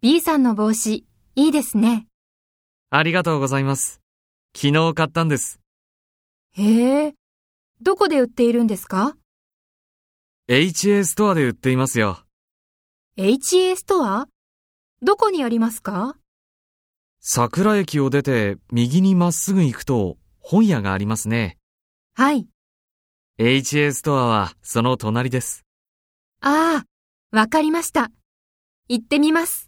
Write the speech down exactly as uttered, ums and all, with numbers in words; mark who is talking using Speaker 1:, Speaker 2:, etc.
Speaker 1: B さんの帽子、いいですね。
Speaker 2: ありがとうございます。昨日買ったんです。
Speaker 1: へえ、どこで売っているんですか？
Speaker 2: エイチエー ストアで売っていますよ。
Speaker 1: エイチエー ストア？どこにありますか？
Speaker 2: 桜駅を出て右にまっすぐ行くと本屋がありますね。
Speaker 1: はい。
Speaker 2: エイチエー ストアはその隣です。
Speaker 1: ああ、わかりました。行ってみます。